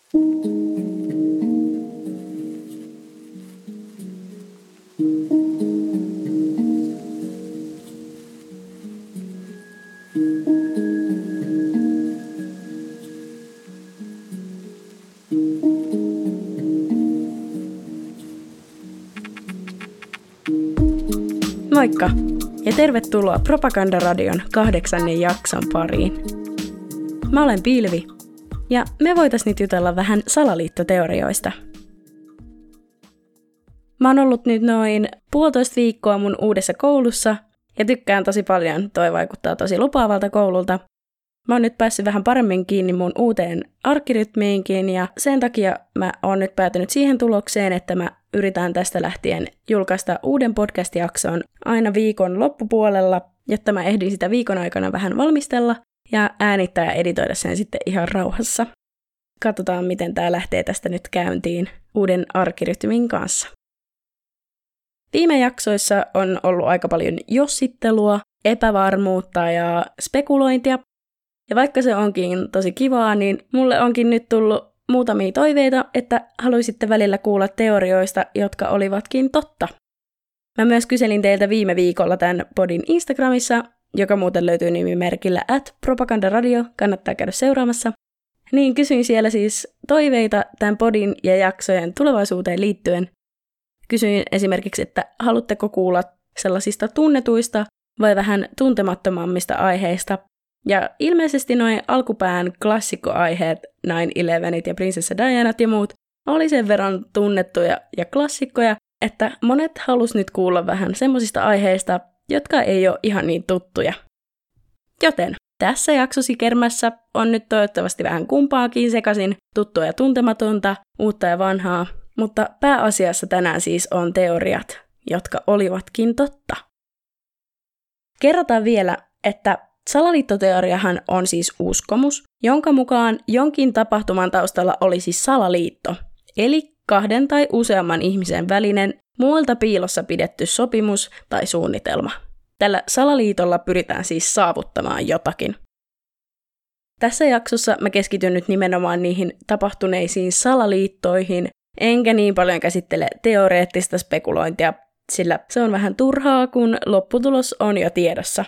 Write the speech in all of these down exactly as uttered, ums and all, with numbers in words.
Moikka ja tervetuloa Propagandaradion kahdeksannen jakson pariin. Mä olen Pilvi ja me voitais nyt jutella vähän salaliittoteorioista. Mä oon ollut nyt noin puolitoista viikkoa mun uudessa koulussa ja tykkään tosi paljon, toi vaikuttaa tosi lupaavalta koululta. Mä oon nyt päässyt vähän paremmin kiinni mun uuteen arkkirytmiinkin ja sen takia mä oon nyt päätynyt siihen tulokseen, että mä yritän tästä lähtien julkaista uuden podcast-jakson aina viikon loppupuolella, jotta mä ehdin sitä viikon aikana vähän valmistella ja äänittää ja editoida sen sitten ihan rauhassa. Katsotaan, miten tää lähtee tästä nyt käyntiin uuden arkkirytmin kanssa. Viime jaksoissa on ollut aika paljon jossittelua, epävarmuutta ja spekulointia. Ja vaikka se onkin tosi kivaa, niin mulle onkin nyt tullut muutamia toiveita, että haluaisitte välillä kuulla teorioista, jotka olivatkin totta. Mä myös kyselin teiltä viime viikolla tämän podin Instagramissa, joka muuten löytyy nimimerkillä at propagandaradio, kannattaa käydä seuraamassa. Niin kysyin siellä siis toiveita tämän podin ja jaksojen tulevaisuuteen liittyen. Kysyin esimerkiksi, että haluatteko kuulla sellaisista tunnetuista vai vähän tuntemattomammista aiheista. Ja ilmeisesti noin alkupään klassikkoaiheet, nine elevenit ja prinsessa Dianat ja muut, oli sen verran tunnettuja ja klassikkoja, että monet halus nyt kuulla vähän semmosista aiheista, jotka ei ole ihan niin tuttuja. Joten tässä jaksosikermässä on nyt toivottavasti vähän kumpaakin sekaisin, tuttua ja tuntematonta, uutta ja vanhaa, mutta pääasiassa tänään siis on teoriat, jotka olivatkin totta. Kerrotaan vielä, että salaliittoteoriahan on siis uskomus, jonka mukaan jonkin tapahtuman taustalla oli siis salaliitto, eli kahden tai useamman ihmisen välinen muilta piilossa pidetty sopimus tai suunnitelma. Tällä salaliitolla pyritään siis saavuttamaan jotakin. Tässä jaksossa mä keskityn nyt nimenomaan niihin tapahtuneisiin salaliittoihin, enkä niin paljon käsittele teoreettista spekulointia, sillä se on vähän turhaa, kun lopputulos on jo tiedossa.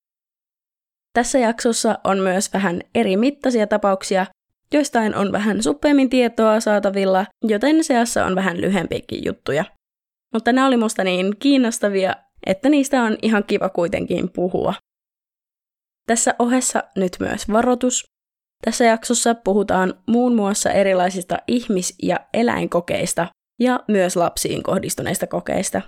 Tässä jaksossa on myös vähän eri mittaisia tapauksia, joistain on vähän suppeammin tietoa saatavilla, joten seassa on vähän lyhempiäkin juttuja. Mutta nämä oli musta niin kiinnostavia, että niistä on ihan kiva kuitenkin puhua. Tässä ohessa nyt myös varoitus. Tässä jaksossa puhutaan muun muassa erilaisista ihmis- ja eläinkokeista ja myös lapsiin kohdistuneista kokeista.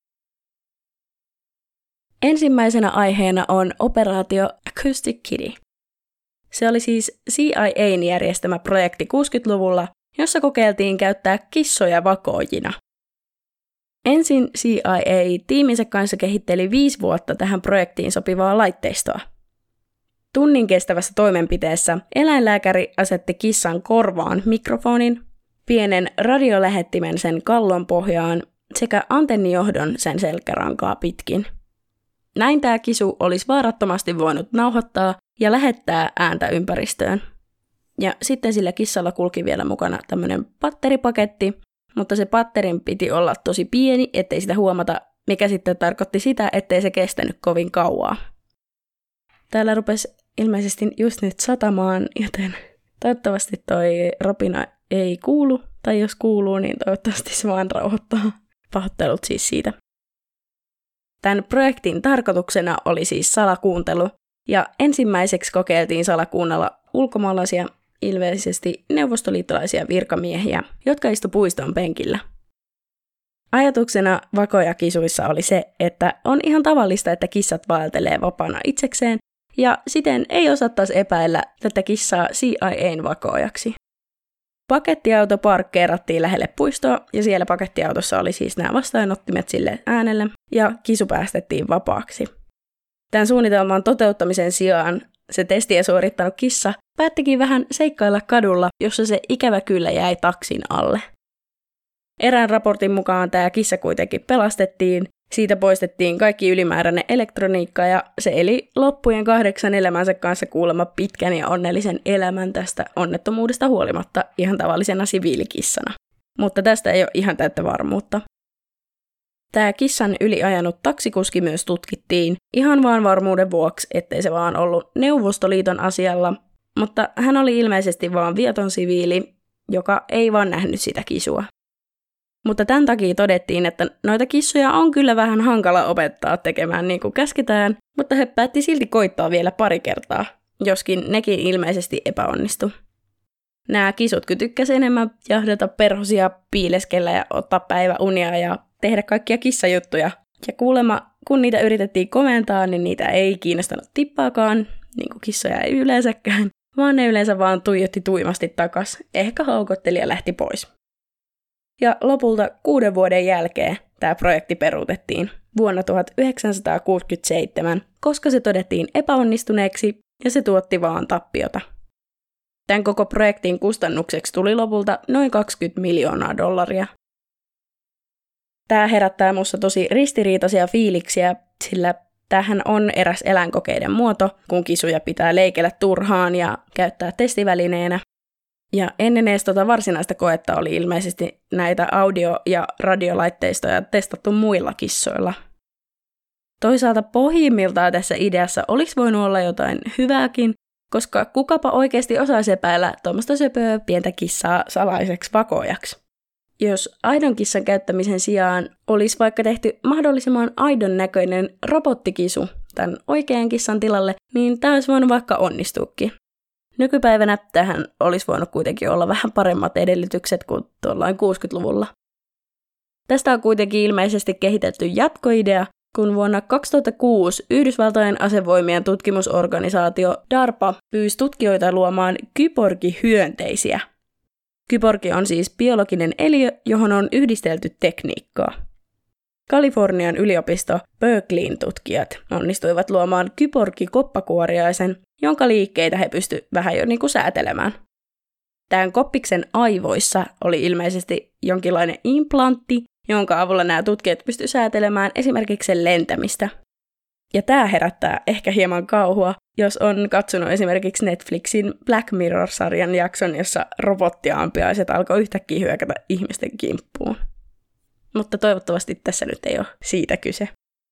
Ensimmäisenä aiheena on operaatio Acoustic Kitty. Se oli siis C I A:n järjestämä projekti kuusikymmentäluvulla, jossa kokeiltiin käyttää kissoja vakoojina. Ensin C I A tiiminsä kanssa kehitteli viisi vuotta tähän projektiin sopivaa laitteistoa. Tunnin kestävässä toimenpiteessä eläinlääkäri asetti kissan korvaan mikrofonin, pienen radiolähettimen sen kallon pohjaan sekä antennijohdon sen selkärankaa pitkin. Näin tämä kisu olisi vaarattomasti voinut nauhoittaa ja lähettää ääntä ympäristöön. Ja sitten sillä kissalla kulki vielä mukana tämmöinen patteripaketti, mutta se patterin piti olla tosi pieni, ettei sitä huomata, mikä sitten tarkoitti sitä, ettei se kestänyt kovin kauaa. Täällä rupesi ilmeisesti just nyt satamaan, joten toivottavasti toi rapina ei kuulu, tai jos kuuluu, niin toivottavasti se vaan rauhoittaa. Pahoittelut siis siitä. Tämän projektin tarkoituksena oli siis salakuuntelu, ja ensimmäiseksi kokeiltiin salakuunnella ulkomaalaisia, ilmeisesti neuvostoliittolaisia virkamiehiä, jotka istu puiston penkillä. Ajatuksena vakojakisuissa oli se, että on ihan tavallista, että kissat vaeltelee vapaana itsekseen, ja siten ei osattaisi epäillä tätä kissaa C I A:n vakoojaksi. Pakettiauto parkkeerattiin lähelle puistoa, ja siellä pakettiautossa oli siis nämä vastaanottimet sille äänelle, ja kisu päästettiin vapaaksi. Tämän suunnitelman toteuttamisen sijaan se testiä suorittanut kissa päättikin vähän seikkailla kadulla, jossa se ikävä kyllä jäi taksin alle. Erään raportin mukaan tämä kissa kuitenkin pelastettiin, Siitä poistettiin kaikki ylimääräinen elektroniikka ja se eli loppujen kahdeksan elämänsä kanssa kuulemma pitkän ja onnellisen elämän tästä onnettomuudesta huolimatta ihan tavallisena siviilikissana. Mutta tästä ei ole ihan täyttä varmuutta. Tämä kissan yliajanut taksikuski myös tutkittiin ihan vaan varmuuden vuoksi, ettei se vaan ollut Neuvostoliiton asialla, mutta hän oli ilmeisesti vaan vieton siviili, joka ei vaan nähnyt sitä kisua. Mutta tämän takia todettiin, että noita kissoja on kyllä vähän hankala opettaa tekemään niin kuin käsketään, mutta he päätti silti koittaa vielä pari kertaa, joskin nekin ilmeisesti epäonnistu. Nämä kisutkin tykkäsivät enemmän jahdata perhosia, piileskellä ja ottaa päiväunia ja tehdä kaikkia kissajuttuja. Ja kuulemma, kun niitä yritettiin komentaa, niin niitä ei kiinnostanut tippaakaan, niin kuin kissoja ei yleensäkään, vaan ne yleensä vaan tuijotti tuimasti takas, ehkä haukotteli ja lähti pois. Ja lopulta kuuden vuoden jälkeen tämä projekti peruutettiin vuonna tuhatyhdeksänsataakuusikymmentäseitsemän, koska se todettiin epäonnistuneeksi ja se tuotti vaan tappiota. Tämän koko projektin kustannukseksi tuli lopulta noin kaksikymmentä miljoonaa dollaria. Tämä herättää minussa tosi ristiriitaisia fiiliksiä, sillä tämähän on eräs eläinkokeiden muoto, kun kisuja pitää leikellä turhaan ja käyttää testivälineenä. Ja ennen edes tota varsinaista koetta oli ilmeisesti näitä audio- ja radiolaitteistoja testattu muilla kissoilla. Toisaalta pohjimmiltaan tässä ideassa olisi voinut olla jotain hyvääkin, koska kukapa oikeasti osaisi epäillä tuommoista söpöä pientä kissaa salaiseksi vakojaksi. Jos aidon kissan käyttämisen sijaan olisi vaikka tehty mahdollisimman aidon näköinen robottikisu tämän oikean kissan tilalle, niin tämä olisi voinut vaikka onnistuukin. Nykypäivänä tähän olisi voinut kuitenkin olla vähän paremmat edellytykset kuin tuollain kuusikymmentäluvulla. Tästä on kuitenkin ilmeisesti kehitetty jatkoidea, kun vuonna kaksituhattakuusi Yhdysvaltojen asevoimien tutkimusorganisaatio DARPA pyysi tutkijoita luomaan kyborgihyönteisiä. Kyborgi on siis biologinen eliö, johon on yhdistelty tekniikkaa. Kalifornian yliopisto Berkeleyn tutkijat onnistuivat luomaan kyborgi-koppakuoriaisen, jonka liikkeitä he pystyivät vähän jo niin kuin säätelemään. Tämän koppiksen aivoissa oli ilmeisesti jonkinlainen implantti, jonka avulla nämä tutkijat pystyivät säätelemään esimerkiksi sen lentämistä. Ja tämä herättää ehkä hieman kauhua, jos on katsonut esimerkiksi Netflixin Black Mirror-sarjan jakson, jossa robottiampiaiset alkoi yhtäkkiä hyökätä ihmisten kimppuun. Mutta toivottavasti tässä nyt ei ole siitä kyse.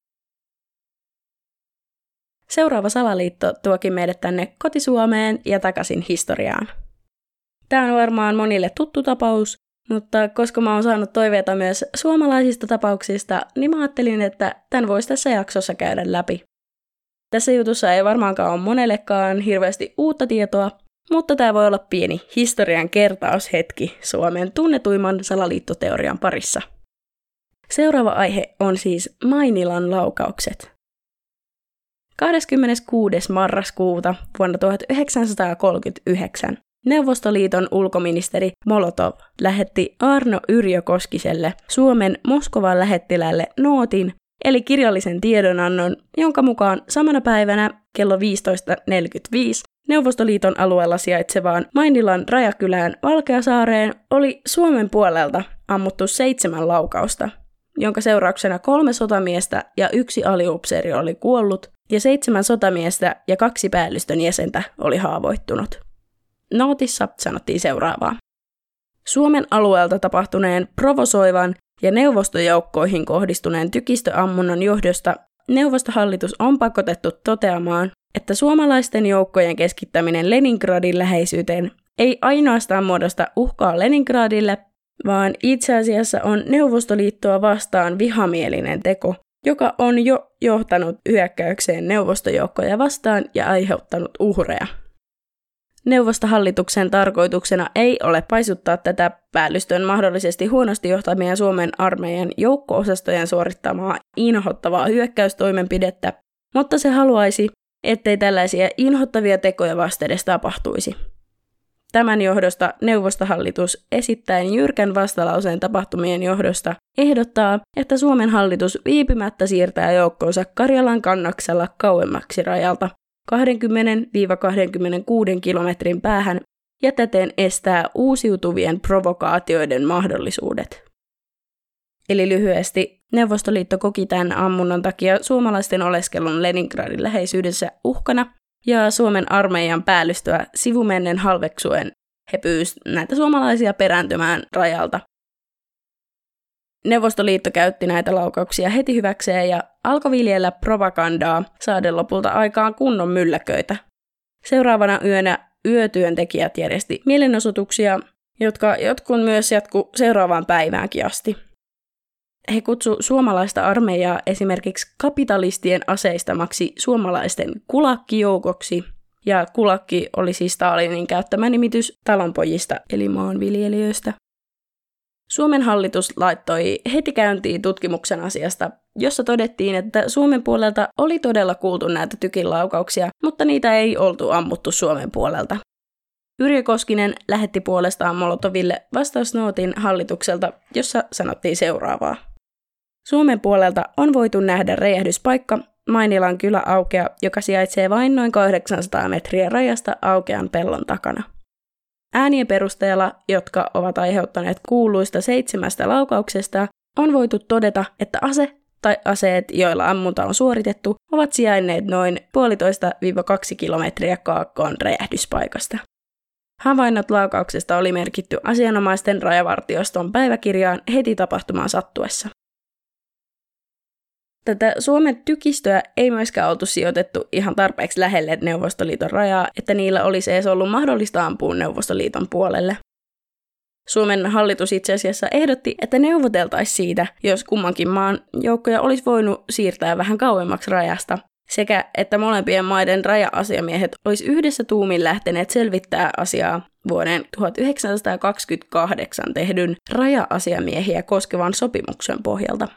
Seuraava salaliitto tuokin meidät tänne kotisuomeen ja takaisin historiaan. Tämä on varmaan monille tuttu tapaus, mutta koska mä oon saanut toiveita myös suomalaisista tapauksista, niin mä ajattelin, että tämän voisi tässä jaksossa käydä läpi. Tässä jutussa ei varmaankaan ole monellekaan hirveästi uutta tietoa, mutta tämä voi olla pieni historian kertaushetki Suomen tunnetuimman salaliittoteorian parissa. Seuraava aihe on siis Mainilan laukaukset. kahdeskymmeneskuudes marraskuuta vuonna tuhatyhdeksänsataakolmekymmentäyhdeksän Neuvostoliiton ulkoministeri Molotov lähetti Arno Yrjö Koskiselle Suomen Moskovan lähettiläälle nootin, eli kirjallisen tiedonannon, jonka mukaan samana päivänä kello viisitoista neljäkymmentäviisi Neuvostoliiton alueella sijaitsevaan Mainilan rajakylään Valkeasaareen oli Suomen puolelta ammuttu seitsemän laukausta, jonka seurauksena kolme sotamiestä ja yksi aliupseeri oli kuollut, ja seitsemän sotamiestä ja kaksi päällystön jäsentä oli haavoittunut. Nootissa sanottiin seuraavaa. Suomen alueelta tapahtuneen provosoivan ja neuvostojoukkoihin kohdistuneen tykistöammunnan johdosta neuvostohallitus on pakotettu toteamaan, että suomalaisten joukkojen keskittäminen Leningradin läheisyyteen ei ainoastaan muodosta uhkaa Leningradille, vaan itse asiassa on Neuvostoliittoa vastaan vihamielinen teko, joka on jo johtanut hyökkäykseen neuvostojoukkoja vastaan ja aiheuttanut uhreja. Neuvostohallituksen tarkoituksena ei ole paisuttaa tätä päällystön mahdollisesti huonosti johtamia Suomen armeijan joukko-osastojen suorittamaa inhottavaa hyökkäystoimenpidettä, mutta se haluaisi, ettei tällaisia inhottavia tekoja vastedes tapahtuisi. Tämän johdosta neuvostohallitus esittäen jyrkän vastalauseen tapahtumien johdosta ehdottaa, että Suomen hallitus viipymättä siirtää joukkonsa Karjalan kannaksella kauemmaksi rajalta kaksikymmentä kaksikymmentäkuusi kilometrin päähän ja täten estää uusiutuvien provokaatioiden mahdollisuudet. Eli lyhyesti Neuvostoliitto koki tämän ammunnan takia suomalaisten oleskelun Leningradin läheisyydessä uhkana, ja Suomen armeijan päällystöä sivumennen halveksuen he pyysivät näitä suomalaisia perääntymään rajalta. Neuvostoliitto käytti näitä laukauksia heti hyväkseen ja alkoi viljellä propagandaa saaden lopulta aikaan kunnon mylläköitä. Seuraavana yönä yötyöntekijät järjesti mielenosoituksia, jotka jotkut myös jatku seuraavaan päiväänkin asti. He kutsuivat suomalaista armeijaa esimerkiksi kapitalistien aseistamaksi suomalaisten kulakkijoukoksi, ja kulakki oli siis Stalinin käyttämä nimitys talonpojista eli maanviljelijöistä. Suomen hallitus laittoi heti käyntiin tutkimuksen asiasta, jossa todettiin, että Suomen puolelta oli todella kuultu näitä tykinlaukauksia, mutta niitä ei oltu ammuttu Suomen puolelta. Yrjö Koskinen lähetti puolestaan Molotoville vastausnootin hallitukselta, jossa sanottiin seuraavaa. Suomen puolelta on voitu nähdä räjähdyspaikka Mainilan kylä Aukea, joka sijaitsee vain noin kahdeksansataa metriä rajasta Aukean pellon takana. Äänien perusteella, jotka ovat aiheuttaneet kuuluista seitsemästä laukauksesta, on voitu todeta, että ase tai aseet, joilla ammunta on suoritettu, ovat sijainneet noin puolitoista kaksi kilometriä kaakkoon räjähdyspaikasta. Havainnot laukauksesta oli merkitty asianomaisten rajavartioston päiväkirjaan heti tapahtumaan sattuessa. Tätä Suomen tykistöä ei myöskään oltu sijoitettu ihan tarpeeksi lähelle Neuvostoliiton rajaa, että niillä olisi edes ollut mahdollista ampua Neuvostoliiton puolelle. Suomen hallitus itse asiassa ehdotti, että neuvoteltaisiin siitä, jos kummankin maan joukkoja olisi voinut siirtää vähän kauemmaksi rajasta, sekä että molempien maiden raja-asiamiehet olisi yhdessä tuumin lähteneet selvittää asiaa vuoden tuhatyhdeksänsataakaksikymmentäkahdeksan tehdyn raja-asiamiehiä koskevan sopimuksen pohjalta.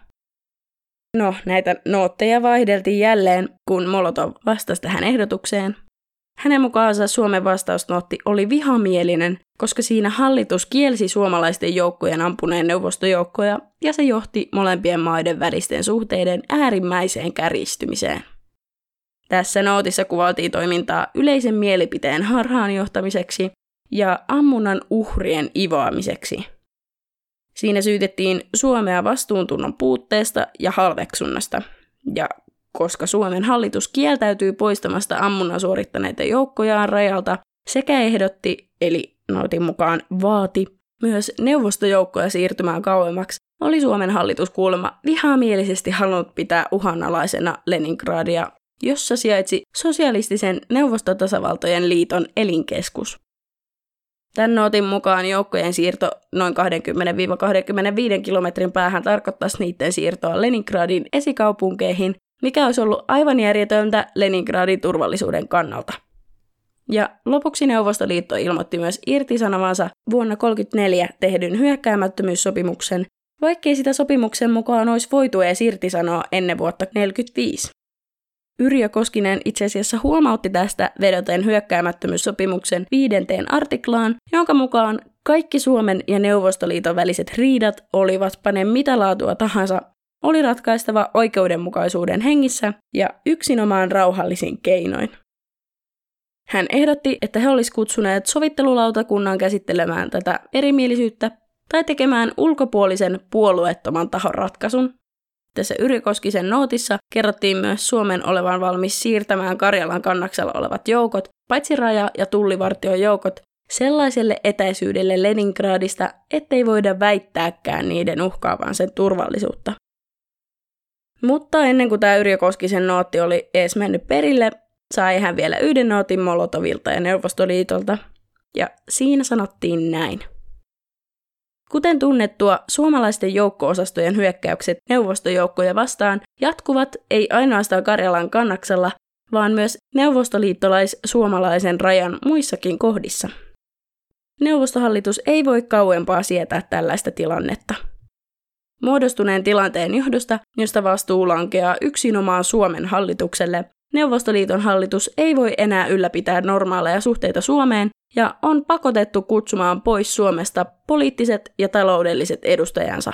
No, näitä nootteja vaihdeltiin jälleen, kun Molotov vastasi tähän ehdotukseen. Hänen mukaansa Suomen vastausnootti oli vihamielinen, koska siinä hallitus kielsi suomalaisten joukkojen ampuneen neuvostojoukkoja ja se johti molempien maiden välisten suhteiden äärimmäiseen kärjistymiseen. Tässä nootissa kuvailtiin toimintaa yleisen mielipiteen harhaanjohtamiseksi ja ammunnan uhrien ivoamiseksi. Siinä syytettiin Suomea vastuuntunnon puutteesta ja halveksunnasta, ja koska Suomen hallitus kieltäytyi poistamasta ammunnan suorittaneita joukkojaan rajalta sekä ehdotti, eli nootin mukaan vaati, myös neuvostojoukkoja siirtymään kauemmaksi, oli Suomen hallitus kuulemma vihamielisesti halunnut pitää uhanalaisena Leningradia, jossa sijaitsi sosialistisen neuvostotasavaltojen liiton elinkeskus. Tämän nootin mukaan joukkojen siirto noin kaksikymmentä kaksikymmentäviisi kilometrin päähän tarkoittaisi niiden siirtoa Leningradin esikaupunkeihin, mikä olisi ollut aivan järjetöntä Leningradin turvallisuuden kannalta. Ja lopuksi Neuvostoliitto ilmoitti myös irtisanovansa vuonna tuhatyhdeksänsataakolmekymmentäneljä tehdyn hyökkäämättömyyssopimuksen, vaikkei sitä sopimuksen mukaan olisi voitu edes irtisanoa ennen vuotta tuhatyhdeksänsataaneljäkymmentäviisi. Yrjö Koskinen itse asiassa huomautti tästä vedoten hyökkäämättömyyssopimuksen viidenteen artiklaan, jonka mukaan kaikki Suomen ja Neuvostoliiton väliset riidat, olivatpa ne mitä laatua tahansa, oli ratkaistava oikeudenmukaisuuden hengissä ja yksinomaan rauhallisin keinoin. Hän ehdotti, että he olisivat kutsuneet sovittelulautakunnan käsittelemään tätä erimielisyyttä tai tekemään ulkopuolisen puolueettoman tahon ratkaisun. Tässä Yrjö Koskisen nootissa kerrottiin myös Suomen olevan valmis siirtämään Karjalan kannaksella olevat joukot, paitsi raja- ja tullivartion joukot, sellaiselle etäisyydelle Leningradista, ettei voida väittääkään niiden uhkaavan sen turvallisuutta. Mutta ennen kuin tämä Yrjö Koskisen nootti oli edes mennyt perille, sai hän vielä yhden nootin Molotovilta ja Neuvostoliitolta, ja siinä sanottiin näin. Kuten tunnettua, suomalaisten joukko-osastojen hyökkäykset neuvostojoukkoja vastaan jatkuvat ei ainoastaan Karjalan kannaksella, vaan myös neuvostoliittolais-suomalaisen rajan muissakin kohdissa. Neuvostohallitus ei voi kauempaa sietää tällaista tilannetta. Muodostuneen tilanteen johdosta, josta vastuu lankeaa yksinomaan Suomen hallitukselle, Neuvostoliiton hallitus ei voi enää ylläpitää normaaleja suhteita Suomeen ja on pakotettu kutsumaan pois Suomesta poliittiset ja taloudelliset edustajansa.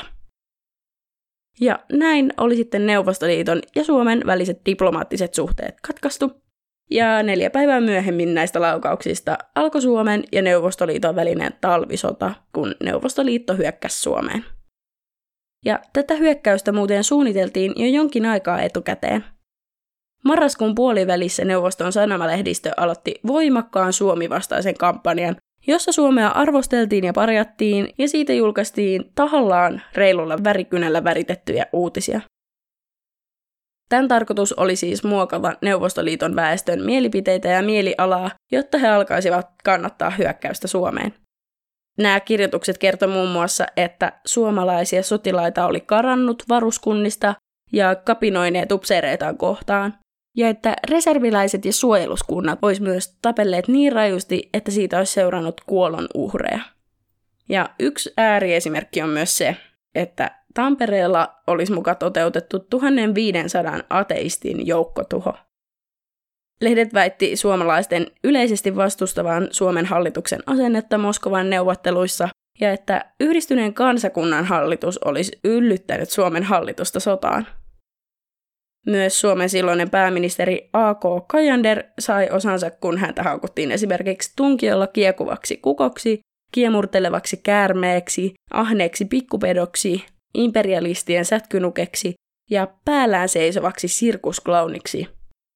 Ja näin oli sitten Neuvostoliiton ja Suomen väliset diplomaattiset suhteet katkaistu, ja neljä päivää myöhemmin näistä laukauksista alkoi Suomen ja Neuvostoliiton välinen talvisota, kun Neuvostoliitto hyökkäsi Suomeen. ja tätä hyökkäystä muuten suunniteltiin jo jonkin aikaa etukäteen. Marraskuun puolivälissä neuvoston sanomalehdistö aloitti voimakkaan Suomi-vastaisen kampanjan, jossa Suomea arvosteltiin ja parjattiin, ja siitä julkaistiin tahallaan reilulla värikynällä väritettyjä uutisia. Tämän tarkoitus oli siis muokata Neuvostoliiton väestön mielipiteitä ja mielialaa, jotta he alkaisivat kannattaa hyökkäystä Suomeen. Nämä kirjoitukset kertoi muun muassa, että suomalaisia sotilaita oli karannut varuskunnista ja kapinoineet upseereitaan kohtaan, ja että reserviläiset ja suojeluskunnat olisi myös tapelleet niin rajusti, että siitä olisi seurannut kuolon uhreja. Ja yksi ääriesimerkki on myös se, että Tampereella olisi muka toteutettu tuhatviisisataa ateistin joukkotuho. Lehdet väitti suomalaisten yleisesti vastustavan Suomen hallituksen asennetta Moskovan neuvotteluissa ja että yhdistyneen kansakunnan hallitus olisi yllyttänyt Suomen hallitusta sotaan. Myös Suomen silloinen pääministeri A K Cajander sai osansa, kun häntä haukuttiin esimerkiksi tunkiolla kiekuvaksi kukoksi, kiemurtelevaksi käärmeeksi, ahneeksi pikkupedoksi, imperialistien sätkynukeksi ja päällään seisovaksi sirkusklowniksi.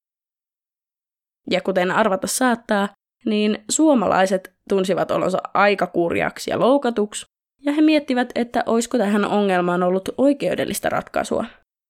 Ja kuten arvata saattaa, niin suomalaiset tunsivat olonsa aika kurjaksi ja loukatuksi, ja he miettivät, että olisiko tähän ongelmaan ollut oikeudellista ratkaisua.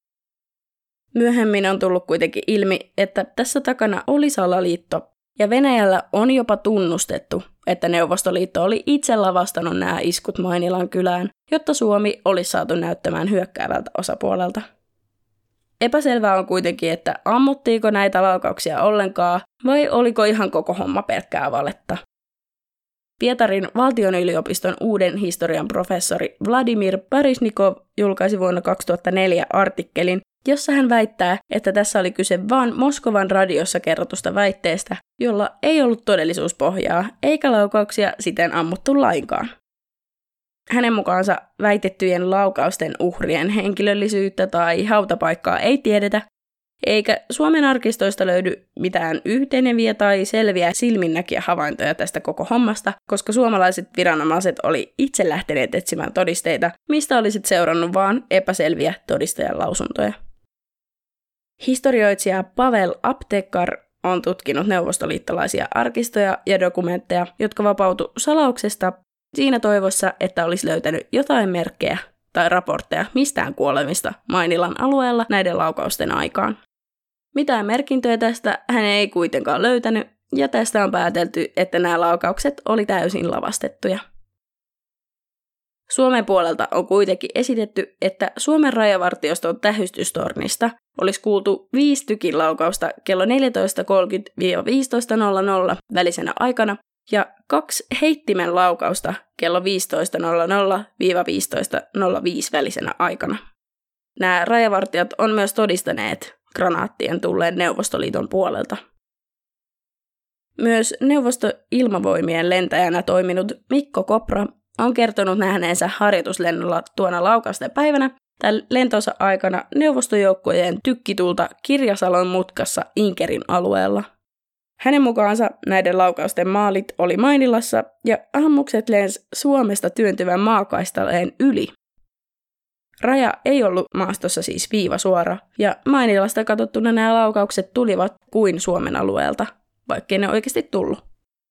Myöhemmin on tullut kuitenkin ilmi, että tässä takana oli salaliitto, ja Venäjällä on jopa tunnustettu, että Neuvostoliitto oli itse lavastanut nämä iskut Mainilan kylään, jotta Suomi olisi saatu näyttämään hyökkäävältä osapuolelta. Epäselvää on kuitenkin, että ammuttiiko näitä laukauksia ollenkaan, vai oliko ihan koko homma pelkkää valetta. Pietarin valtionyliopiston uuden historian professori Vladimir Baryshnikov julkaisi vuonna kaksituhattaneljä artikkelin, jossa hän väittää, että tässä oli kyse vain Moskovan radiossa kerrotusta väitteestä, jolla ei ollut todellisuuspohjaa eikä laukauksia siten ammuttu lainkaan. Hänen mukaansa väitettyjen laukausten uhrien henkilöllisyyttä tai hautapaikkaa ei tiedetä, eikä Suomen arkistoista löydy mitään yhteneviä tai selviä silminnäkiä havaintoja tästä koko hommasta, koska suomalaiset viranomaiset oli itse lähteneet etsimään todisteita, mistä olisi seurannut vain epäselviä todistajan lausuntoja. Historioitsija Pavel Aptekar on tutkinut neuvostoliittolaisia arkistoja ja dokumentteja, jotka vapautu salauksesta siinä toivossa, että olisi löytänyt jotain merkkejä tai raportteja mistään kuolemista Mainilan alueella näiden laukausten aikaan. Mitään merkintöjä tästä hän ei kuitenkaan löytänyt, ja tästä on päätelty, että nämä laukaukset oli täysin lavastettuja. Suomen puolelta on kuitenkin esitetty, että Suomen rajavartioston tähystystornista olisi kuultu viisi tykinlaukausta kello neljätoista kolmekymmentä viisitoista nolla nolla välisenä aikana ja kaksi heittimen laukausta kello viisitoista nolla nolla viisitoista nolla viisi välisenä aikana. Nämä rajavartijat on myös todistaneet granaattien tulleen Neuvostoliiton puolelta. Myös neuvostoilmavoimien lentäjänä toiminut Mikko Kopra on kertonut nähneensä harjoituslennolla tuona laukausten päivänä tämän lentonsa aikana neuvostojoukkojen tykkitulta Kirjasalon mutkassa Inkerin alueella. Hänen mukaansa näiden laukausten maalit oli Mainilassa ja ammukset lensi Suomesta työntyvän maakaistaleen yli. Raja ei ollut maastossa siis viivasuora, ja Mainilasta katsottuna nämä laukaukset tulivat kuin Suomen alueelta, vaikkei ne oikeasti tullut.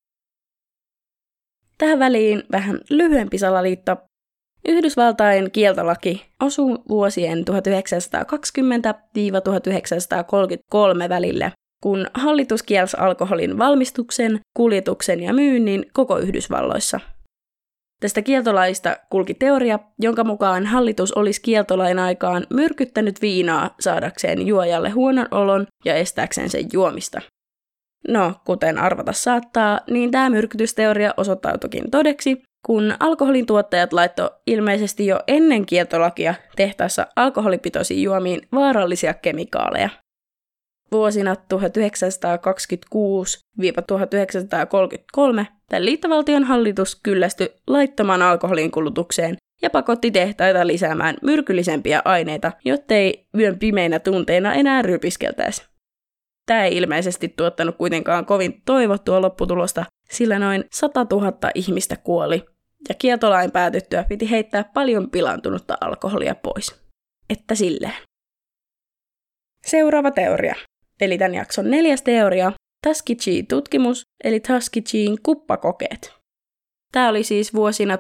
Tähän väliin vähän lyhyempi salaliitto. Yhdysvaltain kieltolaki osui vuosien tuhatyhdeksänsataakaksikymmentä tuhatyhdeksänsataakolmekymmentäkolme välille, kun hallitus kielsi alkoholin valmistuksen, kuljetuksen ja myynnin koko Yhdysvalloissa. Tästä kieltolaista kulki teoria, jonka mukaan hallitus olisi kieltolain aikaan myrkyttänyt viinaa saadakseen juojalle huonon olon ja estääkseen sen juomista. No, kuten arvata saattaa, niin tämä myrkytysteoria osoittautuikin todeksi, kun alkoholin tuottajat laittoi ilmeisesti jo ennen kieltolakia tehtaassa alkoholipitoisiin juomiin vaarallisia kemikaaleja. Vuosina tuhatyhdeksänsataakaksikymmentäkuusi tuhatyhdeksänsataakolmekymmentäkolme tämän liittovaltion hallitus kyllästyi laittomaan alkoholin kulutukseen ja pakotti tehtaita lisäämään myrkyllisempiä aineita, jottei yön pimeinä tunteina enää rypiskeltäisi. Tämä ei ilmeisesti tuottanut kuitenkaan kovin toivottua lopputulosta, sillä noin sata tuhatta ihmistä kuoli, ja kieltolain päätyttyä piti heittää paljon pilaantunutta alkoholia pois. Että silleen. Seuraava teoria, eli tämän jakson neljäs teoria, Tuskegee-tutkimus, eli Tuskegeen kuppakokeet. Tämä oli siis vuosina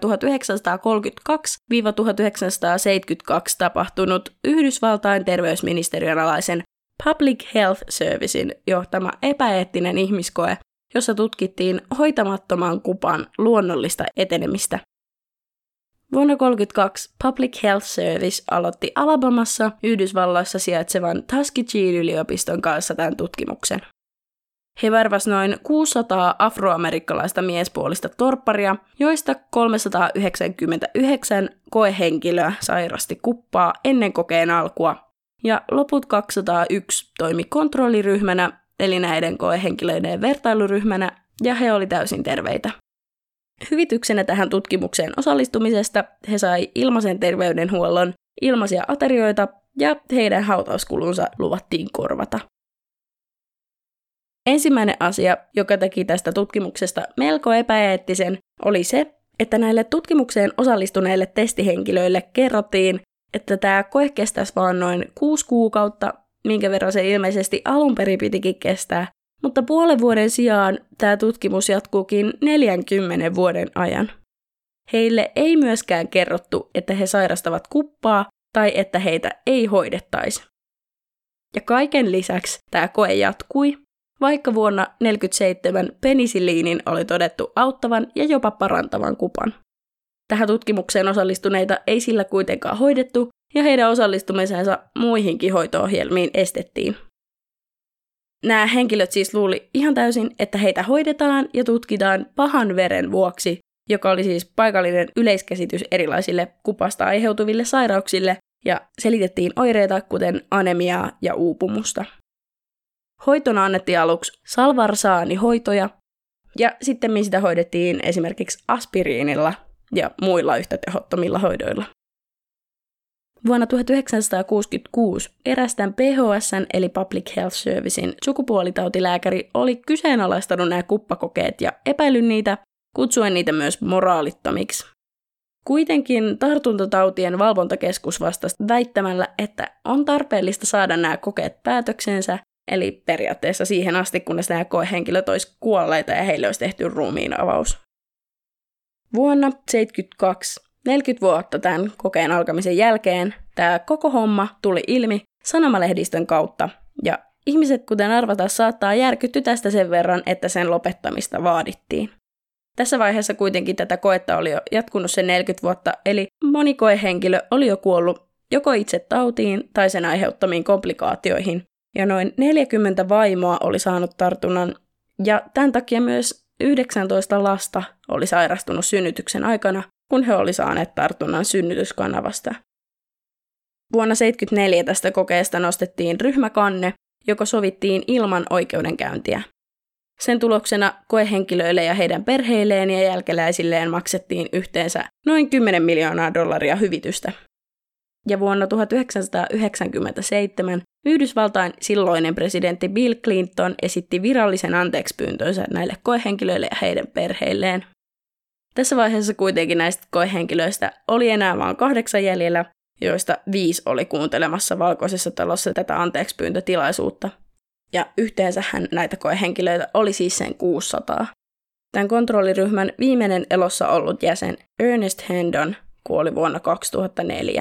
tuhatyhdeksänsataakolmekymmentäkaksi–tuhatyhdeksänsataaseitsemänkymmentäkaksi tapahtunut Yhdysvaltain terveysministeriön alaisen Public Health Servicein johtama epäeettinen ihmiskoe, jossa tutkittiin hoitamattoman kupan luonnollista etenemistä. Vuonna tuhatyhdeksänsataakolmekymmentäkaksi Public Health Service aloitti Alabamassa Yhdysvalloissa sijaitsevan Tuskegeen yliopiston kanssa tämän tutkimuksen. He värväsivät noin kuusisataa afroamerikkalaista miespuolista torpparia, joista kolmesataayhdeksänkymmentäyhdeksän koehenkilöä sairasti kuppaa ennen kokeen alkua, ja loput kaksisataayksi toimi kontrolliryhmänä, eli näiden koehenkilöiden vertailuryhmänä, ja he oli täysin terveitä. Hyvityksenä tähän tutkimukseen osallistumisesta he sai ilmaisen terveydenhuollon, ilmaisia aterioita ja heidän hautauskulunsa luvattiin korvata. Ensimmäinen asia, joka teki tästä tutkimuksesta melko epäeettisen, oli se, että näille tutkimukseen osallistuneille testihenkilöille kerrottiin, että tämä koe kestäisi vain noin kuusi kuukautta, minkä verran se ilmeisesti alun perin pitikin kestää, mutta puolen vuoden sijaan tämä tutkimus jatkuukin neljänkymmenen vuoden ajan. Heille ei myöskään kerrottu, että he sairastavat kuppaa tai että heitä ei hoidettaisi. Ja kaiken lisäksi tämä koe jatkui, vaikka vuonna tuhatyhdeksänsataaneljäkymmentäseitsemän penisilliinin oli todettu auttavan ja jopa parantavan kupan. Tähän tutkimukseen osallistuneita ei sillä kuitenkaan hoidettu, ja heidän osallistumisensa muihinkin hoito-ohjelmiin estettiin. Nämä henkilöt siis luuli ihan täysin, että heitä hoidetaan ja tutkitaan pahan veren vuoksi, joka oli siis paikallinen yleiskäsitys erilaisille kupasta aiheutuville sairauksille, ja selitettiin oireita kuten anemiaa ja uupumusta. Hoitona annettiin aluksi salvarsaanihoitoja, ja sitten sitä hoidettiin esimerkiksi aspiriinilla ja muilla yhtä tehottomilla hoidoilla. Vuonna tuhatyhdeksänsataakuusikymmentäkuusi eräs tämän P H S:n eli Public Health Servicein sukupuolitautilääkäri oli kyseenalaistanut nämä kuppakokeet ja epäillyt niitä, kutsuen niitä myös moraalittomiksi. Kuitenkin tartuntatautien valvontakeskus vastasi väittämällä, että on tarpeellista saada nämä kokeet päätöksensä, eli periaatteessa siihen asti, kunnes nämä koehenkilöt olisi kuolleita ja heille olisi tehty ruumiinavaus. Vuonna tuhatyhdeksänsataaseitsemänkymmentäkaksi, neljäkymmentä vuotta tämän kokeen alkamisen jälkeen, tämä koko homma tuli ilmi sanomalehdistön kautta, ja ihmiset, kuten arvata, saattaa järkyttyä tästä sen verran, että sen lopettamista vaadittiin. Tässä vaiheessa kuitenkin tätä koetta oli jo jatkunut sen neljäkymmentä vuotta, eli moni koehenkilö oli jo kuollut joko itse tautiin tai sen aiheuttamiin komplikaatioihin, ja noin neljäkymmentä vaimoa oli saanut tartunnan, ja tämän takia myös yhdeksäntoista lasta oli sairastunut synnytyksen aikana, kun he oli saaneet tartunnan synnytyskanavasta. Vuonna tuhatyhdeksänsataaseitsemänkymmentäneljä tästä kokeesta nostettiin ryhmäkanne, joka sovittiin ilman oikeudenkäyntiä. Sen tuloksena koehenkilöille ja heidän perheilleen ja jälkeläisilleen maksettiin yhteensä noin kymmenen miljoonaa dollaria hyvitystä. Ja vuonna tuhatyhdeksänsataayhdeksänkymmentäseitsemän Yhdysvaltain silloinen presidentti Bill Clinton esitti virallisen anteeksipyyntönsä näille koehenkilöille ja heidän perheilleen. Tässä vaiheessa kuitenkin näistä koehenkilöistä oli enää vain kahdeksan jäljellä, joista viisi oli kuuntelemassa Valkoisessa talossa tätä anteekspyyntötilaisuutta. Ja yhteensähän näitä koehenkilöitä oli siis sen kuusisataa. Tämän kontrolliryhmän viimeinen elossa ollut jäsen Ernest Hendon kuoli vuonna kaksituhattaneljä.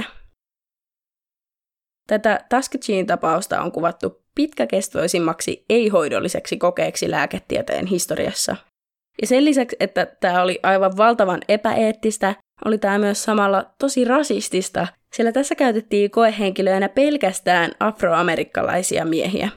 Tätä Tuskegeen tapausta on kuvattu pitkäkestoisimmaksi ei-hoidolliseksi kokeeksi lääketieteen historiassa. Ja sen lisäksi, että tämä oli aivan valtavan epäeettistä, oli tämä myös samalla tosi rasistista, sillä tässä käytettiin koehenkilöinä pelkästään afroamerikkalaisia miehiä.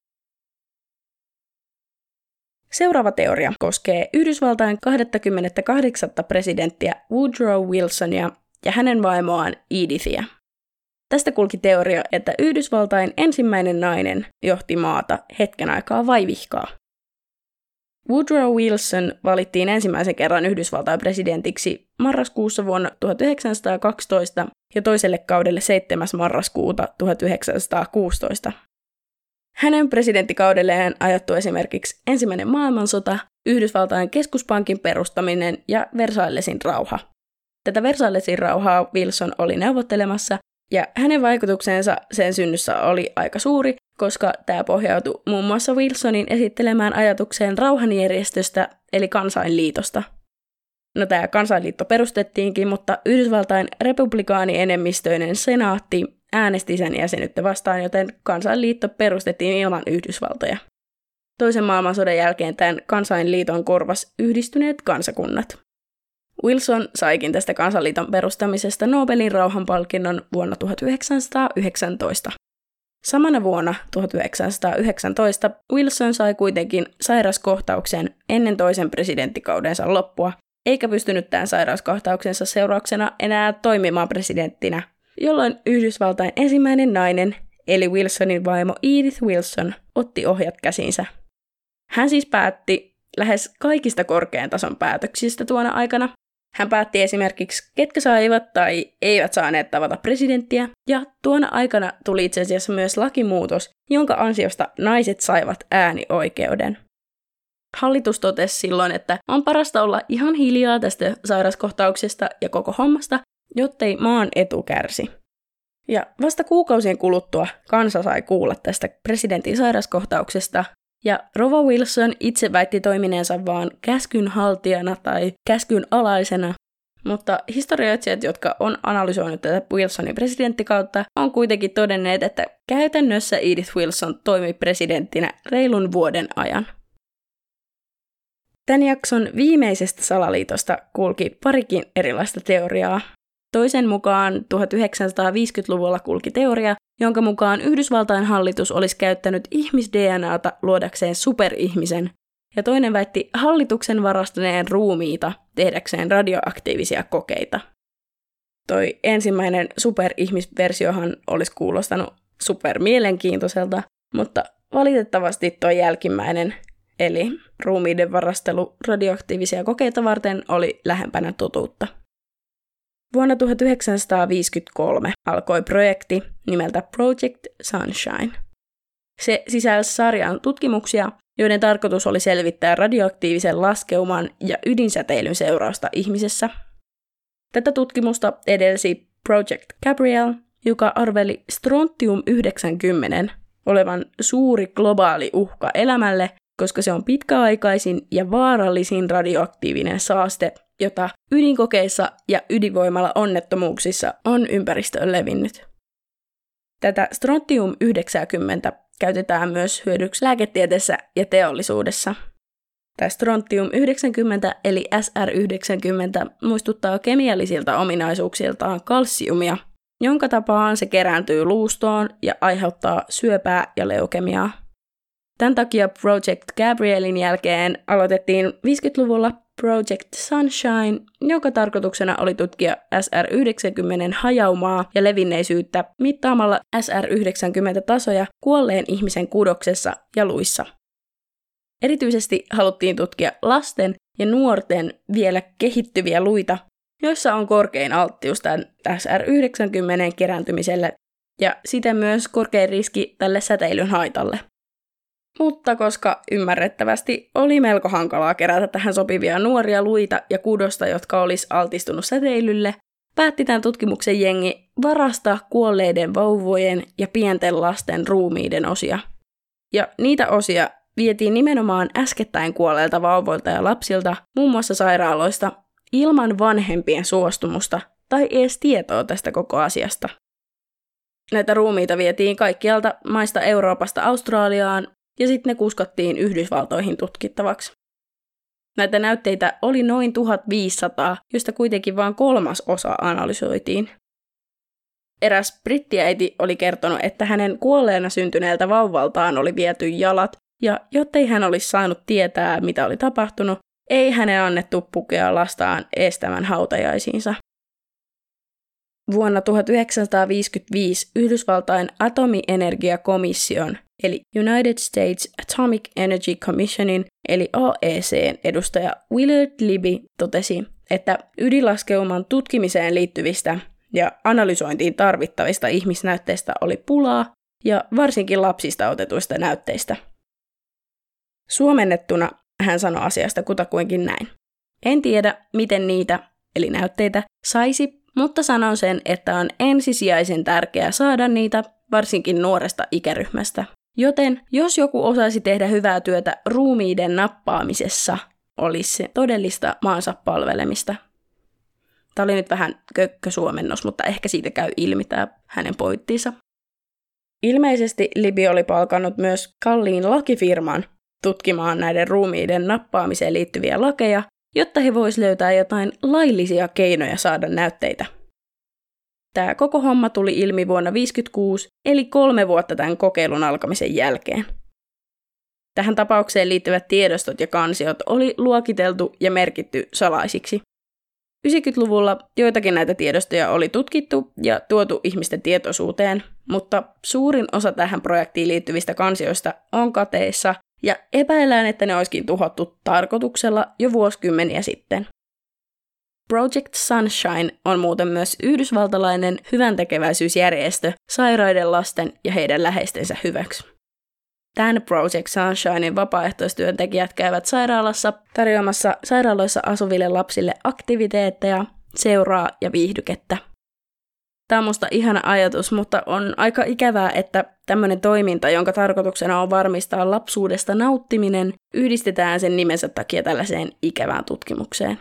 Seuraava teoria koskee Yhdysvaltain kaksikymmentäkahdeksan presidenttiä Woodrow Wilsonia ja hänen vaimoaan Edithia. Tästä kulki teoria, että Yhdysvaltain ensimmäinen nainen johti maata hetken aikaa vaivihkaa. Woodrow Wilson valittiin ensimmäisen kerran Yhdysvaltain presidentiksi marraskuussa vuonna tuhatyhdeksänsataakaksitoista ja toiselle kaudelle seitsemäs marraskuuta tuhatyhdeksänsataakuusitoista. Hänen presidenttikaudelleen ajoittui esimerkiksi ensimmäinen maailmansota, Yhdysvaltain keskuspankin perustaminen ja Versaillesin rauha. Tätä Versaillesin rauhaa Wilson oli neuvottelemassa, ja hänen vaikutuksensa sen synnyssä oli aika suuri, koska tämä pohjautui muun muassa Wilsonin esittelemään ajatukseen rauhanjärjestöstä, eli Kansainliitosta. No tämä Kansainliitto perustettiinkin, mutta Yhdysvaltain republikaanienemmistöinen senaatti äänesti sen jäsenyyttä vastaan, joten Kansainliitto perustettiin ilman Yhdysvaltoja. Toisen maailmansodan jälkeen tämän Kansainliiton korvas Yhdistyneet kansakunnat. Wilson saikin tästä Kansainliiton perustamisesta Nobelin rauhanpalkinnon vuonna tuhatyhdeksänsataayhdeksäntoista. Samana vuonna tuhatyhdeksänsataayhdeksäntoista Wilson sai kuitenkin sairaskohtauksen ennen toisen presidenttikaudensa loppua, eikä pystynyt tämän sairauskohtauksensa seurauksena enää toimimaan presidenttinä, jolloin Yhdysvaltain ensimmäinen nainen, eli Wilsonin vaimo Edith Wilson, otti ohjat käsiinsä. Hän siis päätti lähes kaikista korkean tason päätöksistä tuona aikana. Hän päätti esimerkiksi, ketkä saivat tai eivät saaneet tavata presidenttiä, ja tuona aikana tuli itse asiassa myös lakimuutos, jonka ansiosta naiset saivat äänioikeuden. Hallitus totesi silloin, että on parasta olla ihan hiljaa tästä sairaskohtauksesta ja koko hommasta, jottei maan etu kärsi. Ja vasta kuukausien kuluttua kansa sai kuulla tästä presidentin sairaskohtauksesta, ja Rova Wilson itse väitti toimineensa vaan käskyn haltijana tai käskyn alaisena, mutta historioitsijat, jotka on analysoinut tätä Wilsonin presidenttikautta, on kuitenkin todenneet, että käytännössä Edith Wilson toimi presidenttinä reilun vuoden ajan. Tämän jakson viimeisestä salaliitosta kulki parikin erilaista teoriaa. Toisen mukaan tuhatyhdeksänsataaviisikymmentäluvulla kulki teoria, jonka mukaan Yhdysvaltain hallitus olisi käyttänyt ihmis-D N A:ta luodakseen superihmisen, ja toinen väitti hallituksen varastaneen ruumiita tehdäkseen radioaktiivisia kokeita. Toi ensimmäinen superihmisversiohan olisi kuulostanut supermielenkiintoiselta, mutta valitettavasti toi jälkimmäinen, eli ruumiiden varastelu radioaktiivisia kokeita varten, oli lähempänä totuutta. Vuonna tuhatyhdeksänsataaviisikymmentäkolme alkoi projekti nimeltä Project Sunshine. Se sisälsi sarjan tutkimuksia, joiden tarkoitus oli selvittää radioaktiivisen laskeuman ja ydinsäteilyn seurausta ihmisessä. Tätä tutkimusta edelsi Project Gabriel, joka arveli strontium yhdeksänkymmentä olevan suuri globaali uhka elämälle, koska se on pitkäaikaisin ja vaarallisin radioaktiivinen saaste, jota ydinkokeissa ja ydinvoimalla onnettomuuksissa on ympäristöön levinnyt. Tätä strontium yhdeksänkymmentä käytetään myös hyödyksi lääketieteessä ja teollisuudessa. Tämä strontium yhdeksänkymmentä eli S R yhdeksänkymmentä muistuttaa kemiallisilta ominaisuuksiltaan kalsiumia, jonka tapaan se kerääntyy luustoon ja aiheuttaa syöpää ja leukemiaa. Tämän takia Project Gabrielin jälkeen aloitettiin viisikymmentäluvulla Project Sunshine, jonka tarkoituksena oli tutkia S R yhdeksänkymmentä hajaumaa ja levinneisyyttä mittaamalla S R yhdeksänkymmentä-tasoja kuolleen ihmisen kudoksessa ja luissa. Erityisesti haluttiin tutkia lasten ja nuorten vielä kehittyviä luita, joissa on korkein alttius tämän S R yhdeksänkymmentä kerääntymiselle ja siten myös korkein riski tälle säteilyn haitalle. Mutta koska ymmärrettävästi oli melko hankalaa kerätä tähän sopivia nuoria luita ja kudosta, jotka olisi altistunut säteilylle, päätti tämän tutkimuksen jengi varastaa kuolleiden vauvojen ja pienten lasten ruumiiden osia. Ja niitä osia vietiin nimenomaan äskettäin kuolleilta vauvoilta ja lapsilta, muun muassa sairaaloista, ilman vanhempien suostumusta tai edes tietoa tästä koko asiasta. Näitä ruumiita vietiin kaikkialta maista Euroopasta Australiaan, ja sitten ne kuskattiin Yhdysvaltoihin tutkittavaksi. Näitä näytteitä oli noin tuhatviisisataa, joista kuitenkin vain kolmas osa analysoitiin. Eräs brittiäiti oli kertonut, että hänen kuolleena syntyneeltä vauvaltaan oli viety jalat, ja jottei hän olisi saanut tietää, mitä oli tapahtunut, ei hänen annettu pukea lastaan estämään hautajaisiinsa. Vuonna tuhatyhdeksänsataaviisikymmentäviisi Yhdysvaltain atomienergiakomission eli United States Atomic Energy Commissionin eli A E C:n edustaja Willard Libby totesi, että ydinlaskeuman tutkimiseen liittyvistä ja analysointiin tarvittavista ihmisnäytteistä oli pulaa ja varsinkin lapsista otetuista näytteistä. Suomennettuna hän sanoi asiasta kutakuinkin näin. En tiedä, miten niitä, eli näytteitä, Saisi, mutta sanon sen, että on ensisijaisen tärkeää saada niitä, varsinkin nuoresta ikäryhmästä. Joten jos joku osaisi tehdä hyvää työtä ruumiiden nappaamisessa, olisi se todellista maansa palvelemista. Tämä oli nyt vähän kökkösuomennos, mutta ehkä siitä käy ilmi tämä hänen pointtinsa. Ilmeisesti Libby oli palkannut myös kalliin lakifirman tutkimaan näiden ruumiiden nappaamiseen liittyviä lakeja, jotta he vois löytää jotain laillisia keinoja saada näytteitä. Tämä koko homma tuli ilmi vuonna tuhatyhdeksänsataaviisikymmentäkuusi, eli kolme vuotta tämän kokeilun alkamisen jälkeen. Tähän tapaukseen liittyvät tiedostot ja kansiot oli luokiteltu ja merkitty salaisiksi. yhdeksänkymmentäluvulla joitakin näitä tiedostoja oli tutkittu ja tuotu ihmisten tietoisuuteen, mutta suurin osa tähän projektiin liittyvistä kansioista on kateissa ja epäillään, että ne olisikin tuhottu tarkoituksella jo vuosikymmeniä sitten. Project Sunshine on muuten myös yhdysvaltalainen hyväntekeväisyysjärjestö sairaiden lasten ja heidän läheistensä hyväksi. Tämän Project Sunshinein vapaaehtoistyöntekijät käyvät sairaalassa tarjoamassa sairaaloissa asuville lapsille aktiviteetteja, seuraa ja viihdykettä. Tämä on musta ihana ajatus, mutta on aika ikävää, että tämmöinen toiminta, jonka tarkoituksena on varmistaa lapsuudesta nauttiminen, yhdistetään sen nimensä takia tällaiseen ikävään tutkimukseen.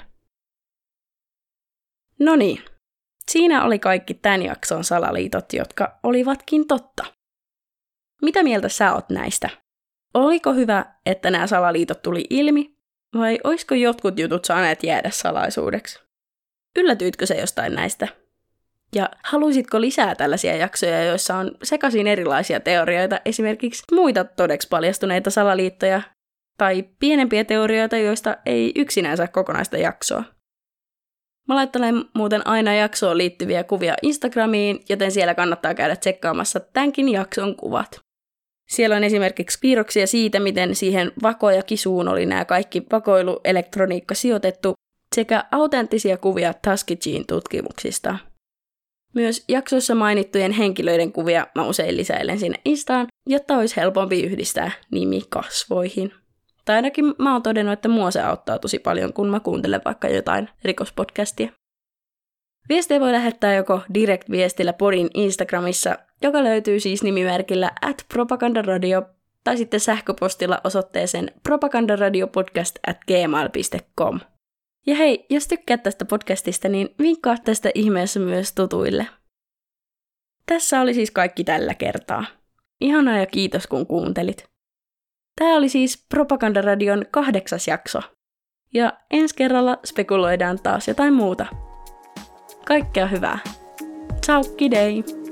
No niin, siinä oli kaikki tämän jakson salaliitot, jotka olivatkin totta. Mitä mieltä sä oot näistä? Oliko hyvä, että nämä salaliitot tuli ilmi, vai olisiko jotkut jutut saaneet jäädä salaisuudeksi? Yllätyitkö se jostain näistä? Ja haluaisitko lisää tällaisia jaksoja, joissa on sekaisin erilaisia teorioita, esimerkiksi muita todeksi paljastuneita salaliittoja, tai pienempiä teorioita, joista ei yksinään saa kokonaista jaksoa? Mä laittelen muuten aina jaksoon liittyviä kuvia Instagramiin, joten siellä kannattaa käydä tsekkaamassa tämänkin jakson kuvat. Siellä on esimerkiksi piirroksia siitä, miten siihen vako- ja kisuun oli nämä kaikki vakoiluelektroniikka sijoitettu, sekä autenttisia kuvia Tuskegee'n tutkimuksista. Myös jaksossa mainittujen henkilöiden kuvia mä usein lisäilen sinne Instaan, jotta olisi helpompi yhdistää nimi kasvoihin. Tai ainakin mä oon todennut, että mua se auttaa tosi paljon, kun mä kuuntelen vaikka jotain rikospodcastia. Viestejä voi lähettää joko direct-viestillä podin Instagramissa, joka löytyy siis nimimerkillä at propagandaradio, tai sitten sähköpostilla osoitteeseen propagandaradiopodcast at gmail piste com. Ja hei, jos tykkäät tästä podcastista, niin vinkkaa tästä ihmeessä myös tutuille. Tässä oli siis kaikki tällä kertaa. Ihanaa ja kiitos kun kuuntelit. Tämä oli siis Propagandaradion kahdeksas jakso. Ja ensi kerralla spekuloidaan taas jotain muuta. Kaikkea hyvää. Ciao, kidei!